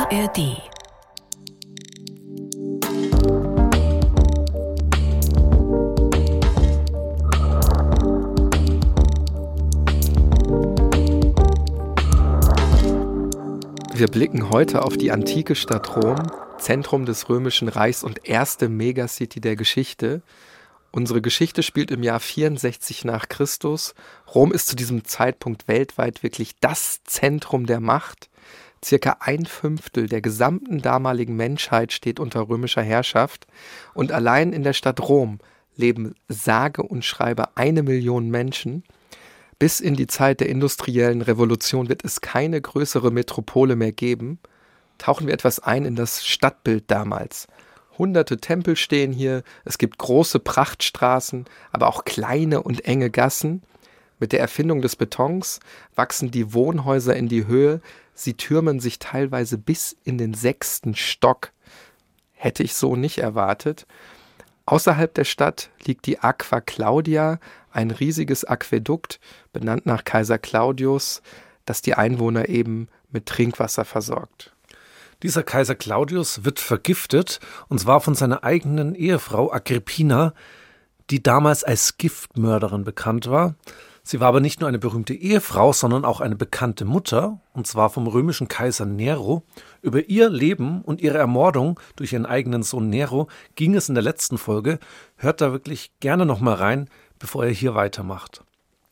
ARD. Wir blicken heute auf die antike Stadt Rom, Zentrum des Römischen Reichs und erste Megacity der Geschichte. Unsere Geschichte spielt im Jahr 64 nach Christus. Rom ist zu diesem Zeitpunkt weltweit wirklich das Zentrum der Macht. Circa 1/5 der gesamten damaligen Menschheit steht unter römischer Herrschaft. Und allein in der Stadt Rom leben sage und schreibe 1 Million Menschen. Bis in die Zeit der industriellen Revolution wird es keine größere Metropole mehr geben. Tauchen wir etwas ein in das Stadtbild damals. Hunderte Tempel stehen hier, es gibt große Prachtstraßen, aber auch kleine und enge Gassen. Mit der Erfindung des Betons wachsen die Wohnhäuser in die Höhe, sie türmen sich teilweise bis in den 6. Stock. Hätte ich so nicht erwartet. Außerhalb der Stadt liegt die Aqua Claudia, ein riesiges Aquädukt, benannt nach Kaiser Claudius, das die Einwohner eben mit Trinkwasser versorgt. Dieser Kaiser Claudius wird vergiftet, und zwar von seiner eigenen Ehefrau Agrippina, die damals als Giftmörderin bekannt war. Sie war aber nicht nur eine berühmte Ehefrau, sondern auch eine bekannte Mutter, und zwar vom römischen Kaiser Nero. Über ihr Leben und ihre Ermordung durch ihren eigenen Sohn Nero ging es in der letzten Folge. Hört da wirklich gerne nochmal rein, bevor ihr hier weitermacht.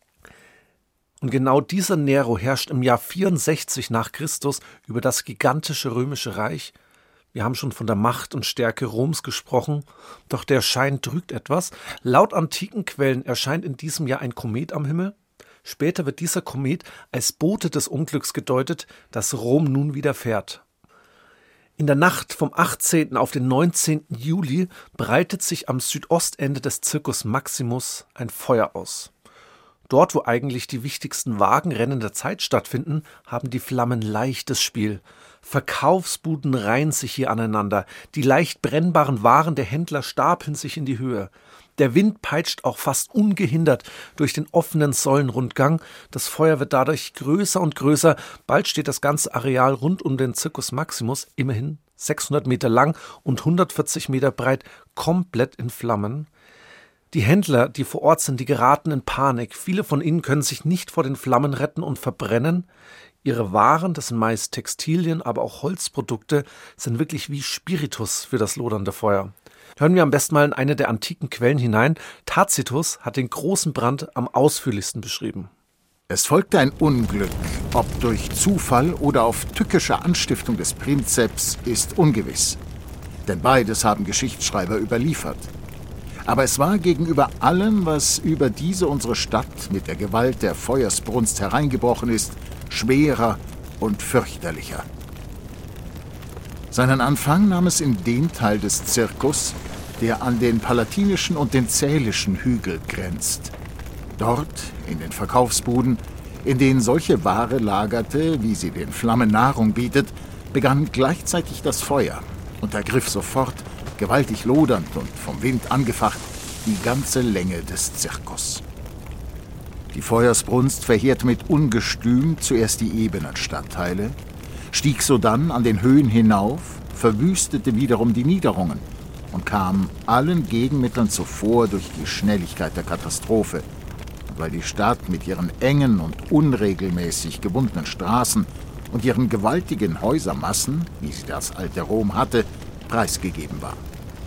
Und genau dieser Nero herrscht im Jahr 64 nach Christus über das gigantische römische Reich. Wir haben schon von der Macht und Stärke Roms gesprochen, doch der Schein trügt etwas. Laut antiken Quellen erscheint in diesem Jahr ein Komet am Himmel. Später wird dieser Komet als Bote des Unglücks gedeutet, das Rom nun widerfährt. In der Nacht vom 18. auf den 19. Juli breitet sich am Südostende des Circus Maximus ein Feuer aus. Dort, wo eigentlich die wichtigsten Wagenrennen der Zeit stattfinden, haben die Flammen leichtes Spiel. Verkaufsbuden reihen sich hier aneinander. Die leicht brennbaren Waren der Händler stapeln sich in die Höhe. Der Wind peitscht auch fast ungehindert durch den offenen Säulenrundgang. Das Feuer wird dadurch größer und größer. Bald steht das ganze Areal rund um den Circus Maximus, immerhin 600 Meter lang und 140 Meter breit, komplett in Flammen. Die Händler, die vor Ort sind, die geraten in Panik. Viele von ihnen können sich nicht vor den Flammen retten und verbrennen. Ihre Waren, das sind meist Textilien, aber auch Holzprodukte, sind wirklich wie Spiritus für das lodernde Feuer. Hören wir am besten mal in eine der antiken Quellen hinein. Tacitus hat den großen Brand am ausführlichsten beschrieben. Es folgte ein Unglück, ob durch Zufall oder auf tückische Anstiftung des Prinzeps, ist ungewiss. Denn beides haben Geschichtsschreiber überliefert. Aber es war gegenüber allem, was über diese unsere Stadt mit der Gewalt der Feuersbrunst hereingebrochen ist, schwerer und fürchterlicher. Seinen Anfang nahm es in dem Teil des Circus, der an den Palatinischen und den Caelischen Hügel grenzt. Dort, in den Verkaufsbuden, in denen solche Ware lagerte, wie sie den Flammen Nahrung bietet, begann gleichzeitig das Feuer und ergriff sofort, gewaltig lodernd und vom Wind angefacht, die ganze Länge des Circus. Die Feuersbrunst verheerte mit Ungestüm zuerst die ebenen Stadtteile, stieg sodann an den Höhen hinauf, verwüstete wiederum die Niederungen und kam allen Gegenmitteln zuvor durch die Schnelligkeit der Katastrophe. Und weil die Stadt mit ihren engen und unregelmäßig gebundenen Straßen und ihren gewaltigen Häusermassen, wie sie das alte Rom hatte, preisgegeben war.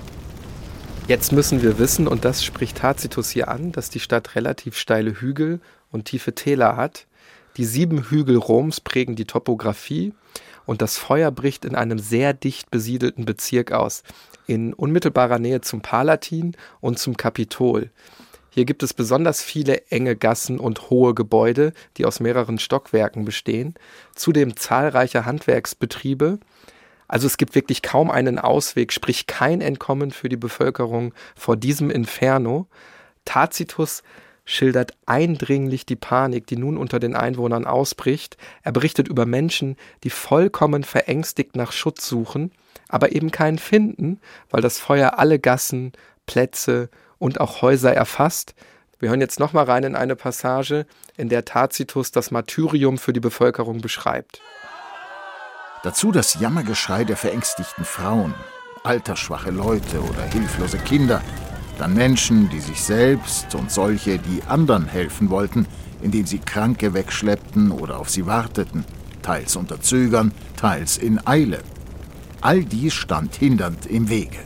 Jetzt müssen wir wissen, und das spricht Tacitus hier an, dass die Stadt relativ steile Hügel und tiefe Täler hat. Die 7 Hügel Roms prägen die Topographie und das Feuer bricht in einem sehr dicht besiedelten Bezirk aus, in unmittelbarer Nähe zum Palatin und zum Kapitol. Hier gibt es besonders viele enge Gassen und hohe Gebäude, die aus mehreren Stockwerken bestehen, zudem zahlreiche Handwerksbetriebe. Also es gibt wirklich kaum einen Ausweg, sprich kein Entkommen für die Bevölkerung vor diesem Inferno. Tacitus schildert eindringlich die Panik, die nun unter den Einwohnern ausbricht. Er berichtet über Menschen, die vollkommen verängstigt nach Schutz suchen, aber eben keinen finden, weil das Feuer alle Gassen, Plätze und auch Häuser erfasst. Wir hören jetzt nochmal rein in eine Passage, in der Tacitus das Martyrium für die Bevölkerung beschreibt. Dazu das Jammergeschrei der verängstigten Frauen, altersschwache Leute oder hilflose Kinder, dann Menschen, die sich selbst und solche, die anderen helfen wollten, indem sie Kranke wegschleppten oder auf sie warteten, teils unter Zögern, teils in Eile. All dies stand hindernd im Wege.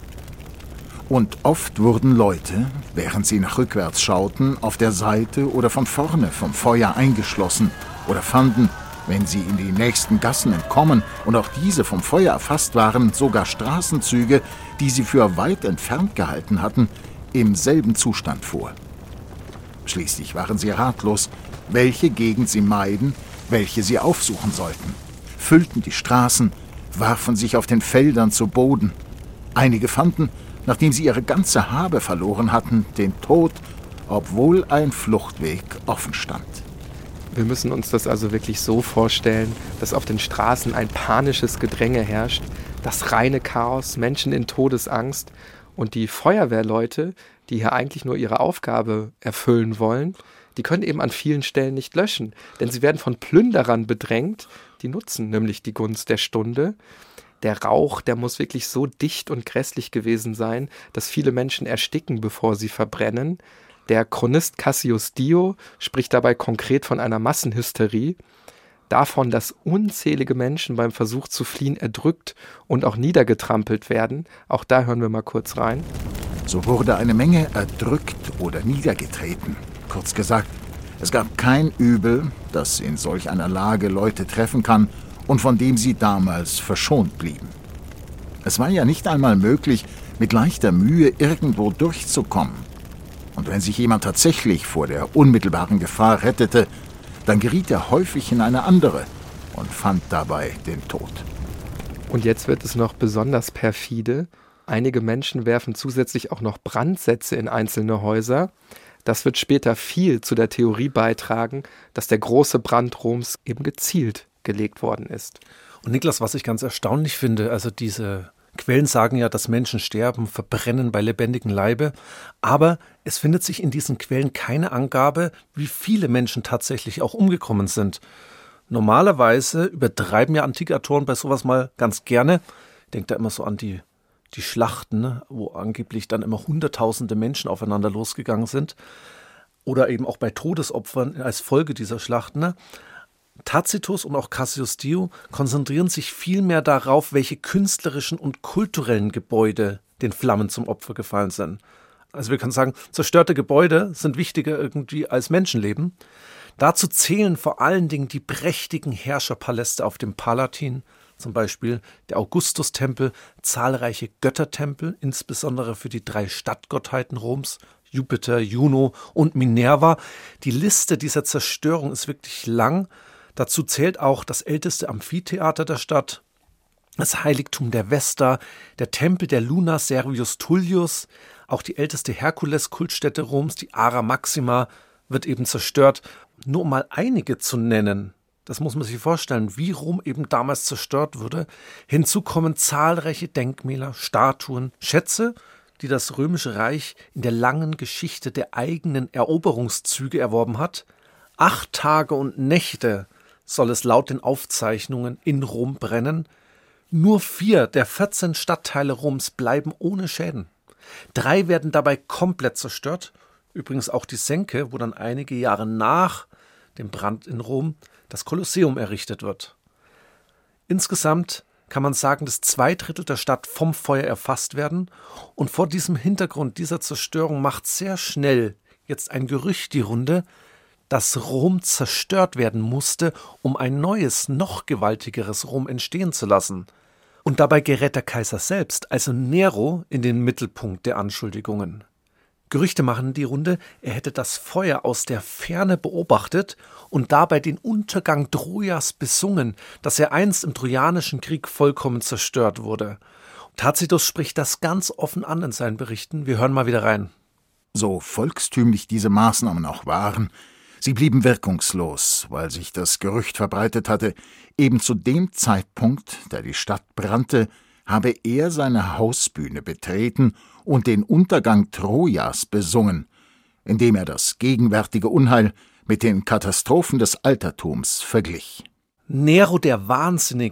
Und oft wurden Leute, während sie nach rückwärts schauten, auf der Seite oder von vorne vom Feuer eingeschlossen oder fanden, wenn sie in die nächsten Gassen entkommen und auch diese vom Feuer erfasst waren, sogar Straßenzüge, die sie für weit entfernt gehalten hatten, im selben Zustand vor. Schließlich waren sie ratlos, welche Gegend sie meiden, welche sie aufsuchen sollten, füllten die Straßen, warfen sich auf den Feldern zu Boden. Einige fanden, nachdem sie ihre ganze Habe verloren hatten, den Tod, obwohl ein Fluchtweg offen stand. Wir müssen uns das also wirklich so vorstellen, dass auf den Straßen ein panisches Gedränge herrscht, das reine Chaos, Menschen in Todesangst und die Feuerwehrleute, die hier eigentlich nur ihre Aufgabe erfüllen wollen, die können eben an vielen Stellen nicht löschen, denn sie werden von Plünderern bedrängt, die nutzen nämlich die Gunst der Stunde. Der Rauch, der muss wirklich so dicht und grässlich gewesen sein, dass viele Menschen ersticken, bevor sie verbrennen. Der Chronist Cassius Dio spricht dabei konkret von einer Massenhysterie, davon, dass unzählige Menschen beim Versuch zu fliehen erdrückt und auch niedergetrampelt werden. Auch da hören wir mal kurz rein. So wurde eine Menge erdrückt oder niedergetreten. Kurz gesagt, es gab kein Übel, das in solch einer Lage Leute treffen kann und von dem sie damals verschont blieben. Es war ja nicht einmal möglich, mit leichter Mühe irgendwo durchzukommen. Und wenn sich jemand tatsächlich vor der unmittelbaren Gefahr rettete, dann geriet er häufig in eine andere und fand dabei den Tod. Und jetzt wird es noch besonders perfide. Einige Menschen werfen zusätzlich auch noch Brandsätze in einzelne Häuser. Das wird später viel zu der Theorie beitragen, dass der große Brand Roms eben gezielt gelegt worden ist. Und Niklas, was ich ganz erstaunlich finde, also diese Quellen sagen ja, dass Menschen sterben, verbrennen bei lebendigem Leibe, aber es findet sich in diesen Quellen keine Angabe, wie viele Menschen tatsächlich auch umgekommen sind. Normalerweise übertreiben ja antike Autoren bei sowas mal ganz gerne. Ich denke da immer so an die Schlachten, ne, wo angeblich dann immer Hunderttausende Menschen aufeinander losgegangen sind. Oder eben auch bei Todesopfern als Folge dieser Schlachten. Ne. Tacitus und auch Cassius Dio konzentrieren sich vielmehr darauf, welche künstlerischen und kulturellen Gebäude den Flammen zum Opfer gefallen sind. Also wir können sagen, zerstörte Gebäude sind wichtiger irgendwie als Menschenleben. Dazu zählen vor allen Dingen die prächtigen Herrscherpaläste auf dem Palatin, zum Beispiel der Augustustempel, zahlreiche Göttertempel, insbesondere für die 3 Stadtgottheiten Roms, Jupiter, Juno und Minerva. Die Liste dieser Zerstörung ist wirklich lang. Dazu zählt auch das älteste Amphitheater der Stadt, das Heiligtum der Vesta, der Tempel der Luna Servius Tullius, auch die älteste Herkules-Kultstätte Roms, die Ara Maxima, wird eben zerstört. Nur um mal einige zu nennen, das muss man sich vorstellen, wie Rom eben damals zerstört wurde. Hinzu kommen zahlreiche Denkmäler, Statuen, Schätze, die das Römische Reich in der langen Geschichte der eigenen Eroberungszüge erworben hat. 8 Tage und Nächte soll es laut den Aufzeichnungen in Rom brennen. Nur 4 der 14 Stadtteile Roms bleiben ohne Schäden. 3 werden dabei komplett zerstört. Übrigens auch die Senke, wo dann einige Jahre nach dem Brand in Rom das Kolosseum errichtet wird. Insgesamt kann man sagen, dass 2/3 der Stadt vom Feuer erfasst werden. Und vor diesem Hintergrund dieser Zerstörung macht sehr schnell jetzt ein Gerücht die Runde, dass Rom zerstört werden musste, um ein neues, noch gewaltigeres Rom entstehen zu lassen. Und dabei gerät der Kaiser selbst, also Nero, in den Mittelpunkt der Anschuldigungen. Gerüchte machen die Runde, er hätte das Feuer aus der Ferne beobachtet und dabei den Untergang Trojas besungen, dass er einst im Trojanischen Krieg vollkommen zerstört wurde. Tacitus spricht das ganz offen an in seinen Berichten. Wir hören mal wieder rein. So volkstümlich diese Maßnahmen auch waren, sie blieben wirkungslos, weil sich das Gerücht verbreitet hatte, eben zu dem Zeitpunkt, da die Stadt brannte, habe er seine Hausbühne betreten und den Untergang Trojas besungen, indem er das gegenwärtige Unheil mit den Katastrophen des Altertums verglich. Nero der Wahnsinnige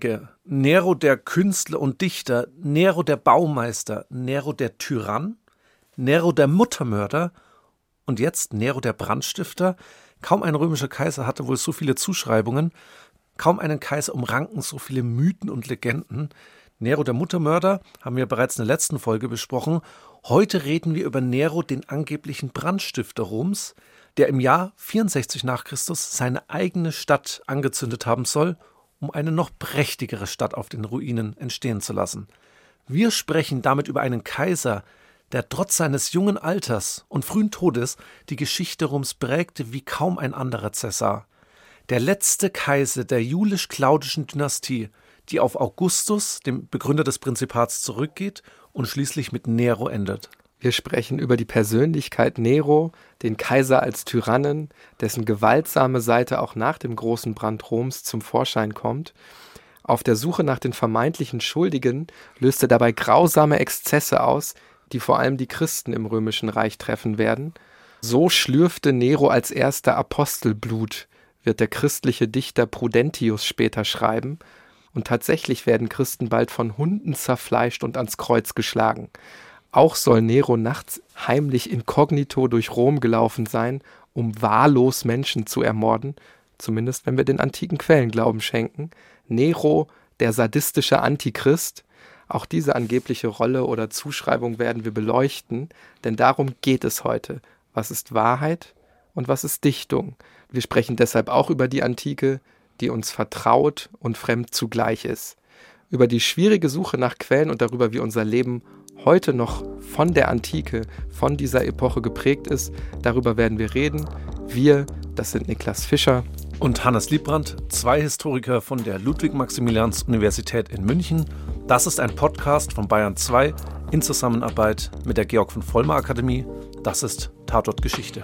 Nero der Künstler und Dichter, Nero der Baumeister, Nero der Tyrann, Nero der Muttermörder und jetzt Nero der Brandstifter. Kaum ein römischer Kaiser hatte wohl so viele Zuschreibungen, kaum einen Kaiser umranken so viele Mythen und Legenden. Nero der Muttermörder haben wir bereits in der letzten Folge besprochen. Heute reden wir über Nero, den angeblichen Brandstifter Roms, der im Jahr 64 nach Christus seine eigene Stadt angezündet haben soll, um eine noch prächtigere Stadt auf den Ruinen entstehen zu lassen. Wir sprechen damit über einen Kaiser, der trotz seines jungen Alters und frühen Todes die Geschichte Roms prägte wie kaum ein anderer Cäsar. Der letzte Kaiser der julisch-claudischen Dynastie, die auf Augustus, dem Begründer des Prinzipats, zurückgeht und schließlich mit Nero endet. Wir sprechen über die Persönlichkeit Nero, den Kaiser als Tyrannen, dessen gewaltsame Seite auch nach dem großen Brand Roms zum Vorschein kommt. Auf der Suche nach den vermeintlichen Schuldigen löst er dabei grausame Exzesse aus, die vor allem die Christen im Römischen Reich treffen werden. So schlürfte Nero als erster Apostelblut, wird der christliche Dichter Prudentius später schreiben. Und tatsächlich werden Christen bald von Hunden zerfleischt und ans Kreuz geschlagen. Auch soll Nero nachts heimlich inkognito durch Rom gelaufen sein, um wahllos Menschen zu ermorden, zumindest wenn wir den antiken Quellen Glauben schenken. Nero, der sadistische Antichrist. Auch diese angebliche Rolle oder Zuschreibung werden wir beleuchten, denn darum geht es heute. Was ist Wahrheit und was ist Dichtung? Wir sprechen deshalb auch über die Antike, die uns vertraut und fremd zugleich ist. Über die schwierige Suche nach Quellen und darüber, wie unser Leben heute noch von der Antike, von dieser Epoche geprägt ist, darüber werden wir reden. Wir, das sind Niklas Fischer und Hannes Liebrandt, zwei Historiker von der Ludwig-Maximilians-Universität in München. Das ist ein Podcast von Bayern 2 in Zusammenarbeit mit der Georg von Vollmer Akademie. Das ist Tatort Geschichte.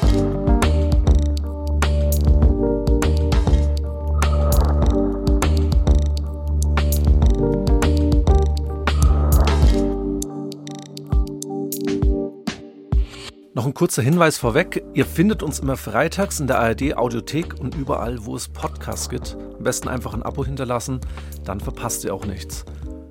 Noch ein kurzer Hinweis vorweg, ihr findet uns immer freitags in der ARD Audiothek und überall, wo es Podcasts gibt. Am besten einfach ein Abo hinterlassen, dann verpasst ihr auch nichts.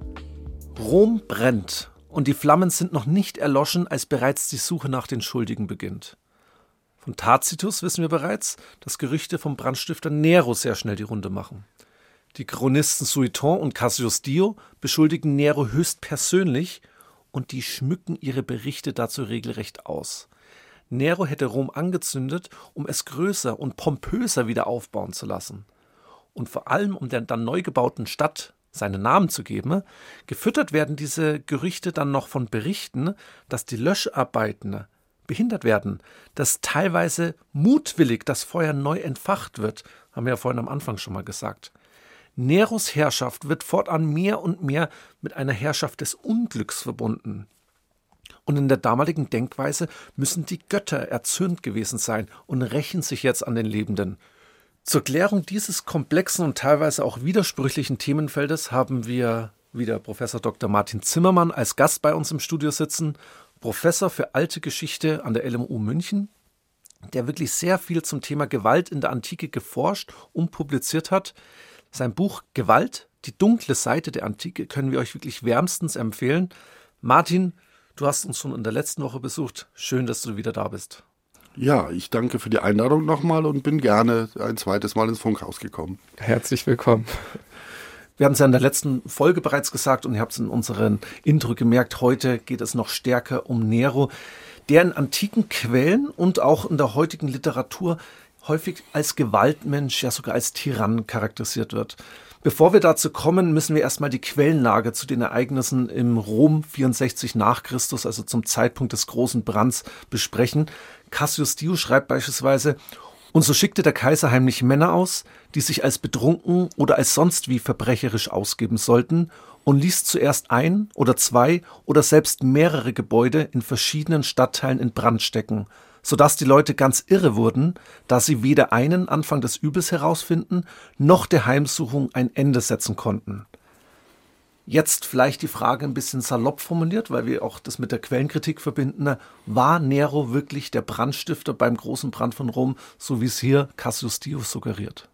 Rom brennt und die Flammen sind noch nicht erloschen, als bereits die Suche nach den Schuldigen beginnt. Von Tacitus wissen wir bereits, dass Gerüchte vom Brandstifter Nero sehr schnell die Runde machen. Die Chronisten Sueton und Cassius Dio beschuldigen Nero höchstpersönlich und die schmücken ihre Berichte dazu regelrecht aus. Nero hätte Rom angezündet, um es größer und pompöser wieder aufbauen zu lassen. Und vor allem, um der dann neu gebauten Stadt seinen Namen zu geben. Gefüttert werden diese Gerüchte dann noch von Berichten, dass die Löscharbeiten behindert werden, dass teilweise mutwillig das Feuer neu entfacht wird, haben wir ja vorhin am Anfang schon mal gesagt. Neros Herrschaft wird fortan mehr und mehr mit einer Herrschaft des Unglücks verbunden. Und in der damaligen Denkweise müssen die Götter erzürnt gewesen sein und rächen sich jetzt an den Lebenden. Zur Klärung dieses komplexen und teilweise auch widersprüchlichen Themenfeldes haben wir wieder Professor Dr. Martin Zimmermann als Gast bei uns im Studio sitzen, Professor für alte Geschichte an der LMU München, der wirklich sehr viel zum Thema Gewalt in der Antike geforscht und publiziert hat. Sein Buch Gewalt, die dunkle Seite der Antike, können wir euch wirklich wärmstens empfehlen. Martin, du hast uns schon in der letzten Woche besucht. Schön, dass du wieder da bist. Ja, ich danke für die Einladung nochmal und bin gerne ein zweites Mal ins Funkhaus gekommen. Herzlich willkommen. Wir haben es ja in der letzten Folge bereits gesagt und ihr habt es in unserem Intro gemerkt, heute geht es noch stärker um Nero, der in antiken Quellen und auch in der heutigen Literatur häufig als Gewaltmensch, ja sogar als Tyrann charakterisiert wird. Bevor wir dazu kommen, müssen wir erstmal die Quellenlage zu den Ereignissen im Rom 64 nach Christus, also zum Zeitpunkt des großen Brands, besprechen. Cassius Dio schreibt beispielsweise: Und so schickte der Kaiser heimlich Männer aus, die sich als betrunken oder als sonst wie verbrecherisch ausgeben sollten, und ließ zuerst ein oder zwei oder selbst mehrere Gebäude in verschiedenen Stadtteilen in Brand stecken, sodass die Leute ganz irre wurden, da sie weder einen Anfang des Übels herausfinden, noch der Heimsuchung ein Ende setzen konnten. Jetzt vielleicht die Frage ein bisschen salopp formuliert, weil wir auch das mit der Quellenkritik verbinden. War Nero wirklich der Brandstifter beim großen Brand von Rom, so wie es hier Cassius Dio suggeriert?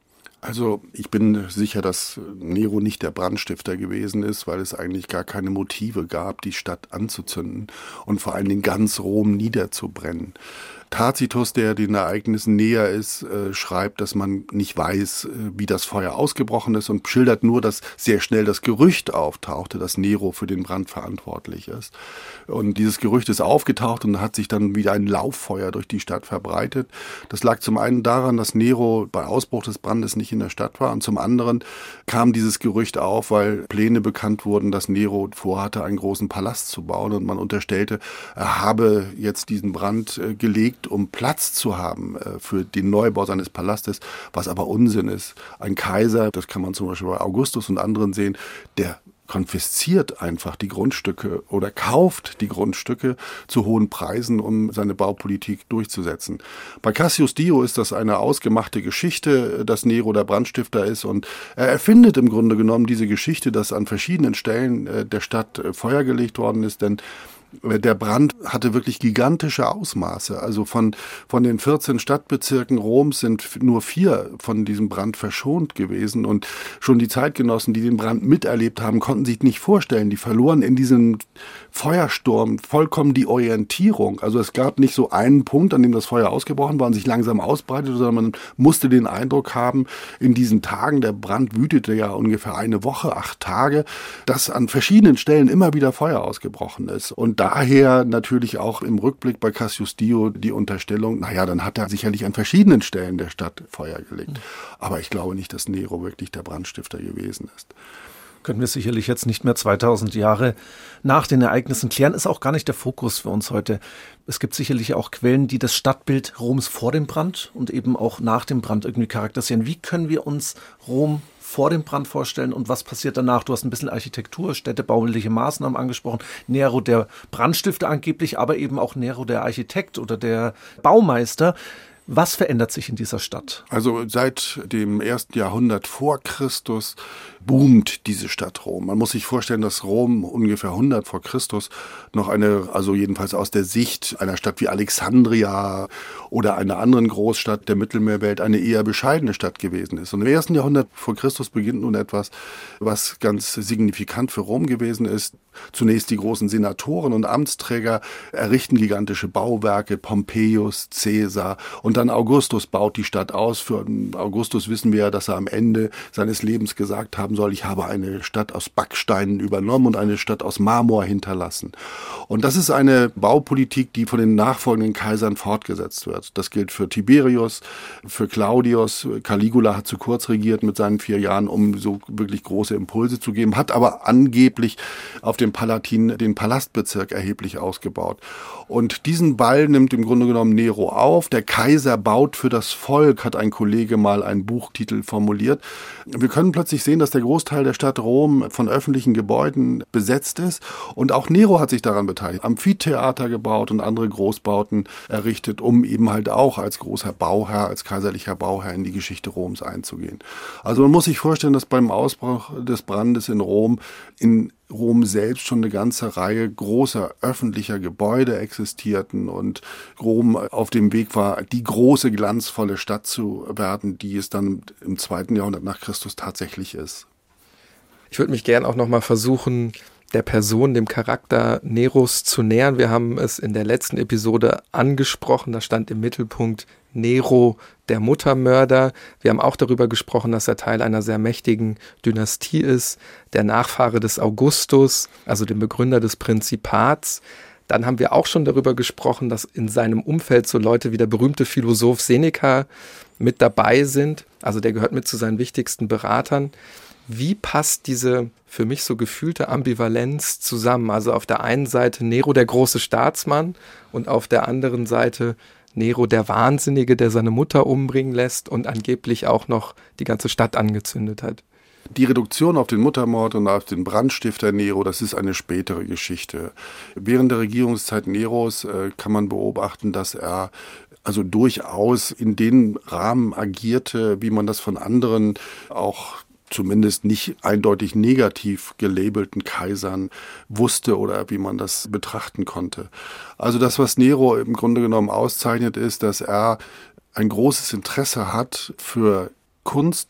Also ich bin sicher, dass Nero nicht der Brandstifter gewesen ist, weil es eigentlich gar keine Motive gab, die Stadt anzuzünden und vor allen Dingen ganz Rom niederzubrennen. Tacitus, der den Ereignissen näher ist, schreibt, dass man nicht weiß, wie das Feuer ausgebrochen ist und schildert nur, dass sehr schnell das Gerücht auftauchte, dass Nero für den Brand verantwortlich ist. Und dieses Gerücht ist aufgetaucht und hat sich dann wieder ein Lauffeuer durch die Stadt verbreitet. Das lag zum einen daran, dass Nero bei Ausbruch des Brandes nicht in der Stadt war und zum anderen kam dieses Gerücht auf, weil Pläne bekannt wurden, dass Nero vorhatte, einen großen Palast zu bauen und man unterstellte, er habe jetzt diesen Brand gelegt, um Platz zu haben für den Neubau seines Palastes, was aber Unsinn ist. Ein Kaiser, das kann man zum Beispiel bei Augustus und anderen sehen, der konfisziert einfach die Grundstücke oder kauft die Grundstücke zu hohen Preisen, um seine Baupolitik durchzusetzen. Bei Cassius Dio ist das eine ausgemachte Geschichte, dass Nero der Brandstifter ist und er erfindet im Grunde genommen diese Geschichte, dass an verschiedenen Stellen der Stadt Feuer gelegt worden ist, denn der Brand hatte wirklich gigantische Ausmaße. Also von den 14 Stadtbezirken Roms sind nur 4 von diesem Brand verschont gewesen. Und schon die Zeitgenossen, die den Brand miterlebt haben, konnten sich nicht vorstellen. Die verloren in diesem Feuersturm vollkommen die Orientierung. Also es gab nicht so einen Punkt, an dem das Feuer ausgebrochen war und sich langsam ausbreitete, sondern man musste den Eindruck haben, in diesen Tagen, der Brand wütete ja ungefähr eine Woche, 8 Tage, dass an verschiedenen Stellen immer wieder Feuer ausgebrochen ist. Und daher natürlich auch im Rückblick bei Cassius Dio die Unterstellung, naja, dann hat er sicherlich an verschiedenen Stellen der Stadt Feuer gelegt. Aber ich glaube nicht, dass Nero wirklich der Brandstifter gewesen ist. Können wir sicherlich jetzt nicht mehr 2000 Jahre nach den Ereignissen klären, ist auch gar nicht der Fokus für uns heute. Es gibt sicherlich auch Quellen, die das Stadtbild Roms vor dem Brand und eben auch nach dem Brand irgendwie charakterisieren. Wie können wir uns Rom vor dem Brand vorstellen und was passiert danach? Du hast ein bisschen Architektur, städtebauliche Maßnahmen angesprochen. Nero der Brandstifter angeblich, aber eben auch Nero der Architekt oder der Baumeister. Was verändert sich in dieser Stadt? Also seit dem 1. Jahrhundert vor Christus boomt diese Stadt Rom. Man muss sich vorstellen, dass Rom ungefähr 100 vor Christus noch also jedenfalls aus der Sicht einer Stadt wie Alexandria oder einer anderen Großstadt der Mittelmeerwelt eine eher bescheidene Stadt gewesen ist. Und im 1. Jahrhundert vor Christus beginnt nun etwas, was ganz signifikant für Rom gewesen ist. Zunächst die großen Senatoren und Amtsträger errichten gigantische Bauwerke, Pompeius, Caesar und dann Augustus baut die Stadt aus. Für Augustus wissen wir ja, dass er am Ende seines Lebens gesagt haben soll, ich habe eine Stadt aus Backsteinen übernommen und eine Stadt aus Marmor hinterlassen. Und das ist eine Baupolitik, die von den nachfolgenden Kaisern fortgesetzt wird. Das gilt für Tiberius, für Claudius. Caligula hat zu kurz regiert mit seinen 4 Jahren, um so wirklich große Impulse zu geben, hat aber angeblich auf dem Palatin den Palastbezirk erheblich ausgebaut. Und diesen Ball nimmt im Grunde genommen Nero auf. Der Kaiser baut für das Volk, hat ein Kollege mal einen Buchtitel formuliert. Wir können plötzlich sehen, dass der Großteil der Stadt Rom von öffentlichen Gebäuden besetzt ist. Und auch Nero hat sich daran beteiligt. Amphitheater gebaut und andere Großbauten errichtet, um eben halt auch als großer Bauherr, als kaiserlicher Bauherr in die Geschichte Roms einzugehen. Also man muss sich vorstellen, dass beim Ausbruch des Brandes in Rom selbst schon eine ganze Reihe großer öffentlicher Gebäude existierten und Rom auf dem Weg war, die große, glanzvolle Stadt zu werden, die es dann im 2. Jahrhundert nach Christus tatsächlich ist. Ich würde mich gern auch nochmal versuchen, der Person, dem Charakter Neros zu nähern. Wir haben es in der letzten Episode angesprochen, da stand im Mittelpunkt Nero, der Muttermörder. Wir haben auch darüber gesprochen, dass er Teil einer sehr mächtigen Dynastie ist, der Nachfahre des Augustus, also dem Begründer des Prinzipats. Dann haben wir auch schon darüber gesprochen, dass in seinem Umfeld so Leute wie der berühmte Philosoph Seneca mit dabei sind. Also der gehört mit zu seinen wichtigsten Beratern. Wie passt diese für mich so gefühlte Ambivalenz zusammen? Also auf der einen Seite Nero, der große Staatsmann, und auf der anderen Seite Nero, der Wahnsinnige, der seine Mutter umbringen lässt und angeblich auch noch die ganze Stadt angezündet hat. Die Reduktion auf den Muttermord und auf den Brandstifter Nero, das ist eine spätere Geschichte. Während der Regierungszeit Neros kann man beobachten, dass er also durchaus in den Rahmen agierte, wie man das von anderen auch zumindest nicht eindeutig negativ gelabelten Kaisern wusste oder wie man das betrachten konnte. Also das, was Nero im Grunde genommen auszeichnet, ist, dass er ein großes Interesse hat für Kunst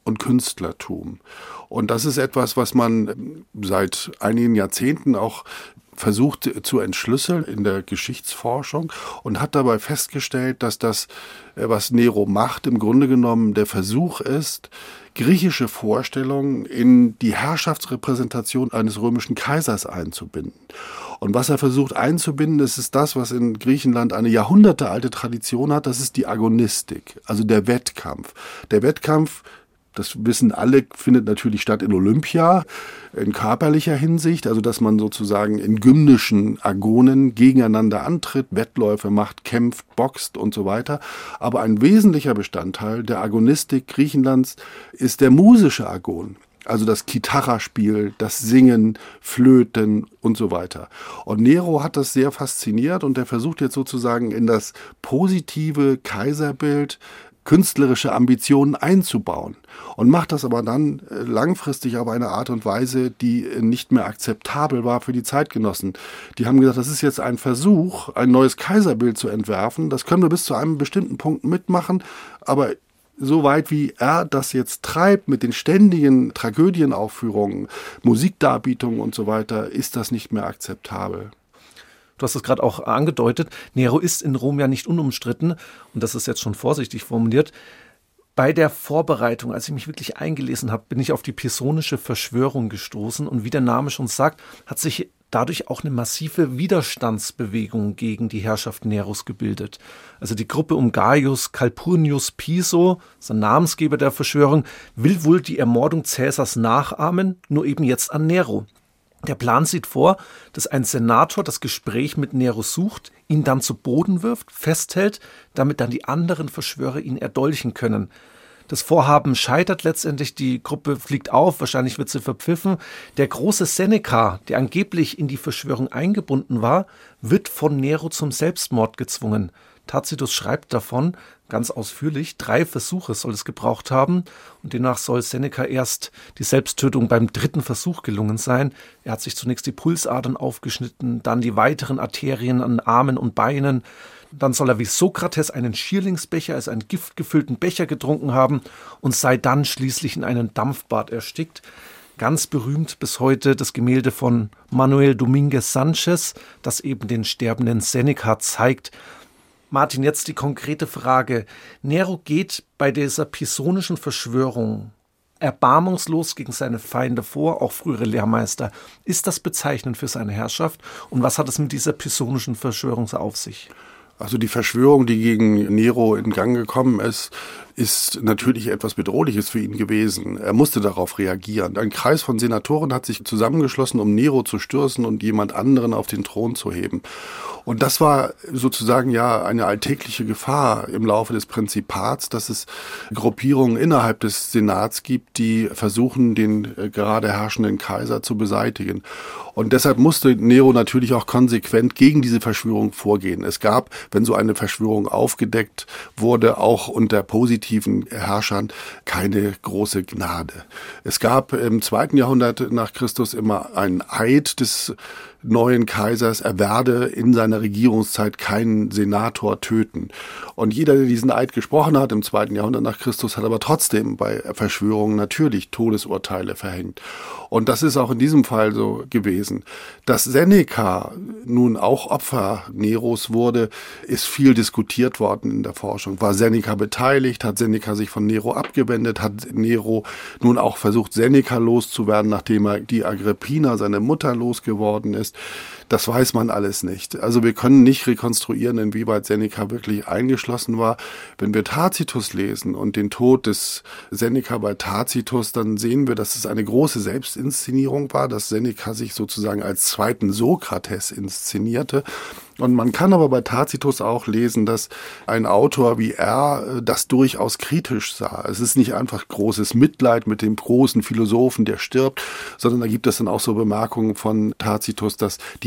und Künstlertum. Und das ist etwas, was man seit einigen Jahrzehnten auch versucht zu entschlüsseln in der Geschichtsforschung und hat dabei festgestellt, dass das, was Nero macht, im Grunde genommen der Versuch ist, griechische Vorstellungen in die Herrschaftsrepräsentation eines römischen Kaisers einzubinden. Und was er versucht einzubinden, das ist das, was in Griechenland eine jahrhundertealte Tradition hat, das ist die Agonistik, also der Wettkampf. Der Wettkampf, das wissen alle, findet natürlich statt in Olympia, in körperlicher Hinsicht, also dass man sozusagen in gymnischen Agonen gegeneinander antritt, Wettläufe macht, kämpft, boxt und so weiter. Aber ein wesentlicher Bestandteil der Agonistik Griechenlands ist der musische Agon. Also das Kitara-Spiel, das Singen, Flöten und so weiter. Und Nero hat das sehr fasziniert und er versucht jetzt sozusagen in das positive Kaiserbild künstlerische Ambitionen einzubauen und macht das aber dann langfristig auf eine Art und Weise, die nicht mehr akzeptabel war für die Zeitgenossen. Die haben gesagt, das ist jetzt ein Versuch, ein neues Kaiserbild zu entwerfen. Das können wir bis zu einem bestimmten Punkt mitmachen, aber so weit wie er das jetzt treibt mit den ständigen Tragödienaufführungen, Musikdarbietungen und so weiter, ist das nicht mehr akzeptabel. Du hast es gerade auch angedeutet, Nero ist in Rom ja nicht unumstritten und das ist jetzt schon vorsichtig formuliert. Bei der Vorbereitung, als ich mich wirklich eingelesen habe, bin ich auf die Pisonische Verschwörung gestoßen und wie der Name schon sagt, hat sich dadurch auch eine massive Widerstandsbewegung gegen die Herrschaft Neros gebildet. Also die Gruppe um Gaius Calpurnius Piso, so ein Namensgeber der Verschwörung, will wohl die Ermordung Caesars nachahmen, nur eben jetzt an Nero. Der Plan sieht vor, dass ein Senator das Gespräch mit Nero sucht, ihn dann zu Boden wirft, festhält, damit dann die anderen Verschwörer ihn erdolchen können. Das Vorhaben scheitert letztendlich, die Gruppe fliegt auf, wahrscheinlich wird sie verpfiffen. Der große Seneca, der angeblich in die Verschwörung eingebunden war, wird von Nero zum Selbstmord gezwungen. Tacitus schreibt davon, ganz ausführlich, 3 Versuche soll es gebraucht haben und demnach soll Seneca erst die Selbsttötung beim 3. Versuch gelungen sein. Er hat sich zunächst die Pulsadern aufgeschnitten, dann die weiteren Arterien an Armen und Beinen. Dann soll er wie Sokrates einen Schierlingsbecher, also einen giftgefüllten Becher getrunken haben und sei dann schließlich in einem Dampfbad erstickt. Ganz berühmt bis heute das Gemälde von Manuel Dominguez Sanchez, das eben den sterbenden Seneca zeigt. Martin, jetzt die konkrete Frage. Nero geht bei dieser pisonischen Verschwörung erbarmungslos gegen seine Feinde vor, auch frühere Lehrmeister. Ist das bezeichnend für seine Herrschaft? Und was hat es mit dieser pisonischen Verschwörung so auf sich? Also die Verschwörung, die gegen Nero in Gang gekommen ist natürlich etwas Bedrohliches für ihn gewesen. Er musste darauf reagieren. Ein Kreis von Senatoren hat sich zusammengeschlossen, um Nero zu stürzen und jemand anderen auf den Thron zu heben. Und das war sozusagen ja eine alltägliche Gefahr im Laufe des Prinzipats, dass es Gruppierungen innerhalb des Senats gibt, die versuchen, den gerade herrschenden Kaiser zu beseitigen. Und deshalb musste Nero natürlich auch konsequent gegen diese Verschwörung vorgehen. Es gab, wenn so eine Verschwörung aufgedeckt wurde, auch unter positiven Herrschern keine große Gnade. Es gab im 2. Jahrhundert nach Christus immer einen Eid des neuen Kaisers, er werde in seiner Regierungszeit keinen Senator töten. Und jeder, der diesen Eid gesprochen hat im 2. Jahrhundert nach Christus, hat aber trotzdem bei Verschwörungen natürlich Todesurteile verhängt. Und das ist auch in diesem Fall so gewesen. Dass Seneca nun auch Opfer Neros wurde, ist viel diskutiert worden in der Forschung. War Seneca beteiligt? Hat Seneca sich von Nero abgewendet? Hat Nero nun auch versucht, Seneca loszuwerden, nachdem er die Agrippina, seine Mutter, losgeworden ist? Das weiß man alles nicht. Also wir können nicht rekonstruieren, inwieweit Seneca wirklich eingeschlossen war. Wenn wir Tacitus lesen und den Tod des Seneca bei Tacitus, dann sehen wir, dass es eine große Selbstinszenierung war, dass Seneca sich sozusagen als zweiten Sokrates inszenierte. Und man kann aber bei Tacitus auch lesen, dass ein Autor wie er das durchaus kritisch sah. Es ist nicht einfach großes Mitleid mit dem großen Philosophen, der stirbt, sondern da gibt es dann auch so Bemerkungen von Tacitus, dass die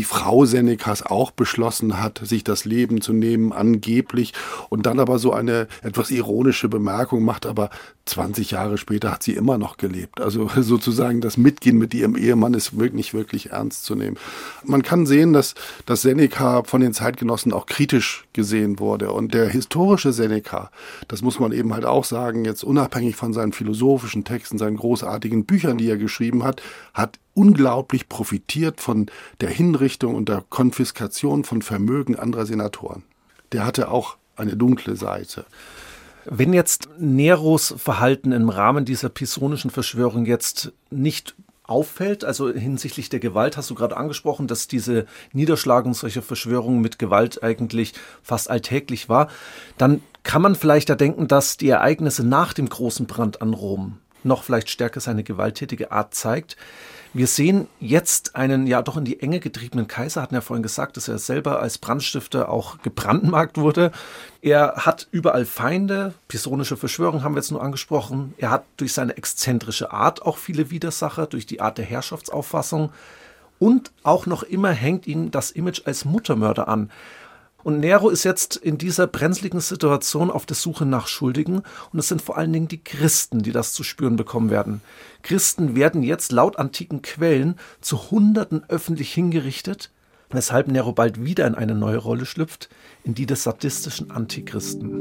Frau Senecas auch beschlossen hat, sich das Leben zu nehmen, angeblich, und dann aber so eine etwas ironische Bemerkung macht, aber 20 Jahre später hat sie immer noch gelebt. Also sozusagen das Mitgehen mit ihrem Ehemann ist wirklich, wirklich ernst zu nehmen. Man kann sehen, dass Seneca von den Zeitgenossen auch kritisch gesehen wurde. Und der historische Seneca, das muss man eben halt auch sagen, jetzt unabhängig von seinen philosophischen Texten, seinen großartigen Büchern, die er geschrieben hat unglaublich profitiert von der Hinrichtung und der Konfiskation von Vermögen anderer Senatoren. Der hatte auch eine dunkle Seite. Wenn jetzt Neros Verhalten im Rahmen dieser pisonischen Verschwörung jetzt nicht auffällt, also hinsichtlich der Gewalt, hast du gerade angesprochen, dass diese Niederschlagung solcher Verschwörungen mit Gewalt eigentlich fast alltäglich war, dann kann man vielleicht da denken, dass die Ereignisse nach dem großen Brand an Rom noch vielleicht stärker seine gewalttätige Art zeigt. Wir sehen jetzt einen ja doch in die Enge getriebenen Kaiser, hatten ja vorhin gesagt, dass er selber als Brandstifter auch gebrandmarkt wurde. Er hat überall Feinde, pisonische Verschwörung haben wir jetzt nur angesprochen. Er hat durch seine exzentrische Art auch viele Widersacher, durch die Art der Herrschaftsauffassung. Und auch noch immer hängt ihm das Image als Muttermörder an. Und Nero ist jetzt in dieser brenzligen Situation auf der Suche nach Schuldigen und es sind vor allen Dingen die Christen, die das zu spüren bekommen werden. Christen werden jetzt laut antiken Quellen zu Hunderten öffentlich hingerichtet, weshalb Nero bald wieder in eine neue Rolle schlüpft, in die des sadistischen Antichristen.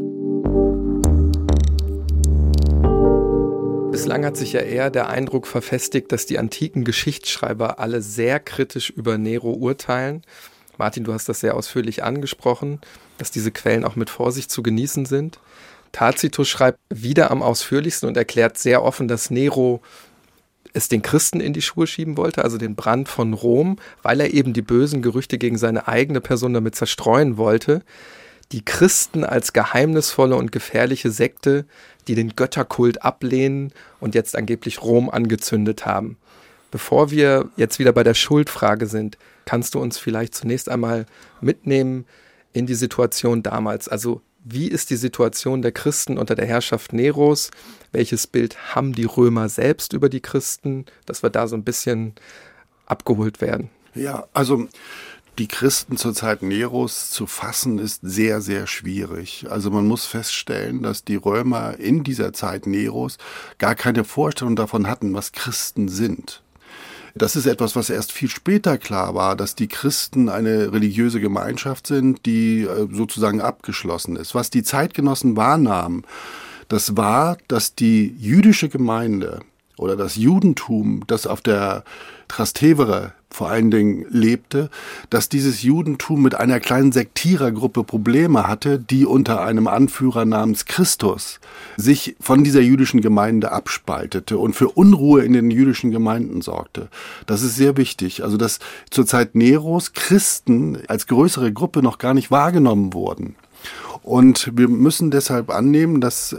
Bislang hat sich ja eher der Eindruck verfestigt, dass die antiken Geschichtsschreiber alle sehr kritisch über Nero urteilen. Martin, du hast das sehr ausführlich angesprochen, dass diese Quellen auch mit Vorsicht zu genießen sind. Tacitus schreibt wieder am ausführlichsten und erklärt sehr offen, dass Nero es den Christen in die Schuhe schieben wollte, also den Brand von Rom, weil er eben die bösen Gerüchte gegen seine eigene Person damit zerstreuen wollte. Die Christen als geheimnisvolle und gefährliche Sekte, die den Götterkult ablehnen und jetzt angeblich Rom angezündet haben. Bevor wir jetzt wieder bei der Schuldfrage sind, kannst du uns vielleicht zunächst einmal mitnehmen in die Situation damals? Also wie ist die Situation der Christen unter der Herrschaft Neros? Welches Bild haben die Römer selbst über die Christen? Dass wir da so ein bisschen abgeholt werden. Ja, also die Christen zur Zeit Neros zu fassen ist sehr, sehr schwierig. Also man muss feststellen, dass die Römer in dieser Zeit Neros gar keine Vorstellung davon hatten, was Christen sind. Das ist etwas, was erst viel später klar war, dass die Christen eine religiöse Gemeinschaft sind, die sozusagen abgeschlossen ist. Was die Zeitgenossen wahrnahmen, das war, dass die jüdische Gemeinde oder das Judentum, das auf der Trastevere vor allen Dingen lebte, dass dieses Judentum mit einer kleinen Sektierergruppe Probleme hatte, die unter einem Anführer namens Christus sich von dieser jüdischen Gemeinde abspaltete und für Unruhe in den jüdischen Gemeinden sorgte. Das ist sehr wichtig. Also dass zur Zeit Neros Christen als größere Gruppe noch gar nicht wahrgenommen wurden. Und wir müssen deshalb annehmen, dass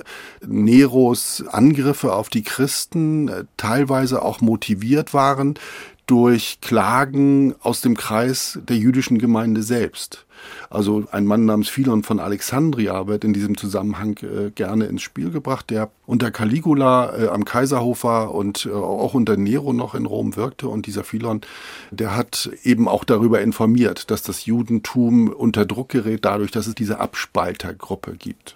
Neros Angriffe auf die Christen teilweise auch motiviert waren durch Klagen aus dem Kreis der jüdischen Gemeinde selbst. Also ein Mann namens Philon von Alexandria wird in diesem Zusammenhang gerne ins Spiel gebracht, der unter Caligula am Kaiserhof war und auch unter Nero noch in Rom wirkte. Und dieser Philon, der hat eben auch darüber informiert, dass das Judentum unter Druck gerät, dadurch, dass es diese Abspaltergruppe gibt.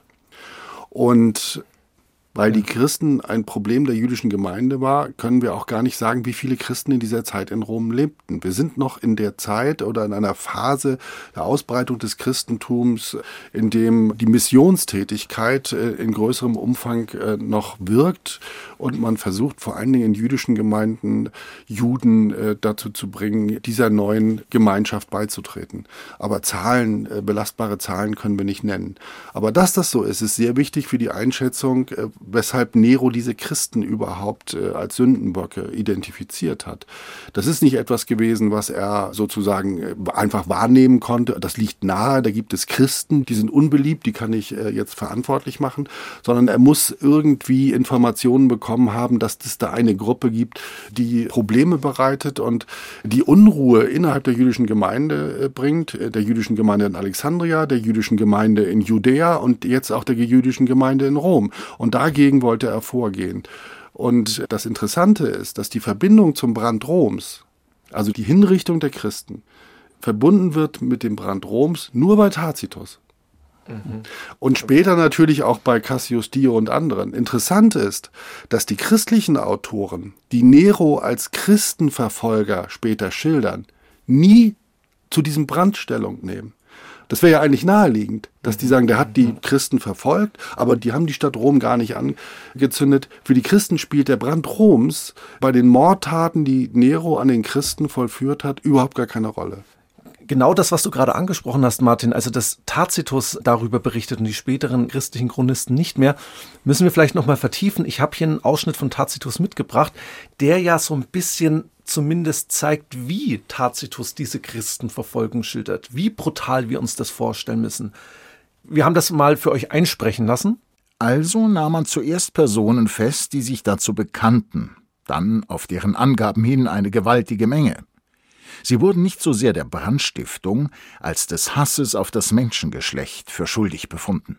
Und weil die Christen ein Problem der jüdischen Gemeinde war, können wir auch gar nicht sagen, wie viele Christen in dieser Zeit in Rom lebten. Wir sind noch in der Zeit oder in einer Phase der Ausbreitung des Christentums, in dem die Missionstätigkeit in größerem Umfang noch wirkt und man versucht vor allen Dingen in jüdischen Gemeinden Juden dazu zu bringen, dieser neuen Gemeinschaft beizutreten. Aber Zahlen, belastbare Zahlen können wir nicht nennen. Aber dass das so ist, ist sehr wichtig für die Einschätzung, weshalb Nero diese Christen überhaupt als Sündenböcke identifiziert hat. Das ist nicht etwas gewesen, was er sozusagen einfach wahrnehmen konnte. Das liegt nahe, da gibt es Christen, die sind unbeliebt, die kann ich jetzt verantwortlich machen, sondern er muss irgendwie Informationen bekommen haben, dass es da eine Gruppe gibt, die Probleme bereitet und die Unruhe innerhalb der jüdischen Gemeinde bringt, der jüdischen Gemeinde in Alexandria, der jüdischen Gemeinde in Judäa und jetzt auch der jüdischen Gemeinde in Rom. Und dagegen wollte er vorgehen. Und das Interessante ist, dass die Verbindung zum Brand Roms, also die Hinrichtung der Christen, verbunden wird mit dem Brand Roms nur bei Tacitus. Und später natürlich auch bei Cassius Dio und anderen. Interessant ist, dass die christlichen Autoren, die Nero als Christenverfolger später schildern, nie zu diesem Brand Stellung nehmen. Das wäre ja eigentlich naheliegend, dass die sagen, der hat die Christen verfolgt, aber die haben die Stadt Rom gar nicht angezündet. Für die Christen spielt der Brand Roms bei den Mordtaten, die Nero an den Christen vollführt hat, überhaupt gar keine Rolle. Genau das, was du gerade angesprochen hast, Martin, also dass Tacitus darüber berichtet und die späteren christlichen Chronisten nicht mehr, müssen wir vielleicht nochmal vertiefen. Ich habe hier einen Ausschnitt von Tacitus mitgebracht, der ja so ein bisschen zumindest zeigt, wie Tacitus diese Christenverfolgung schildert, wie brutal wir uns das vorstellen müssen. Wir haben das mal für euch einsprechen lassen. Also nahm man zuerst Personen fest, die sich dazu bekannten, dann auf deren Angaben hin eine gewaltige Menge. Sie wurden nicht so sehr der Brandstiftung als des Hasses auf das Menschengeschlecht für schuldig befunden.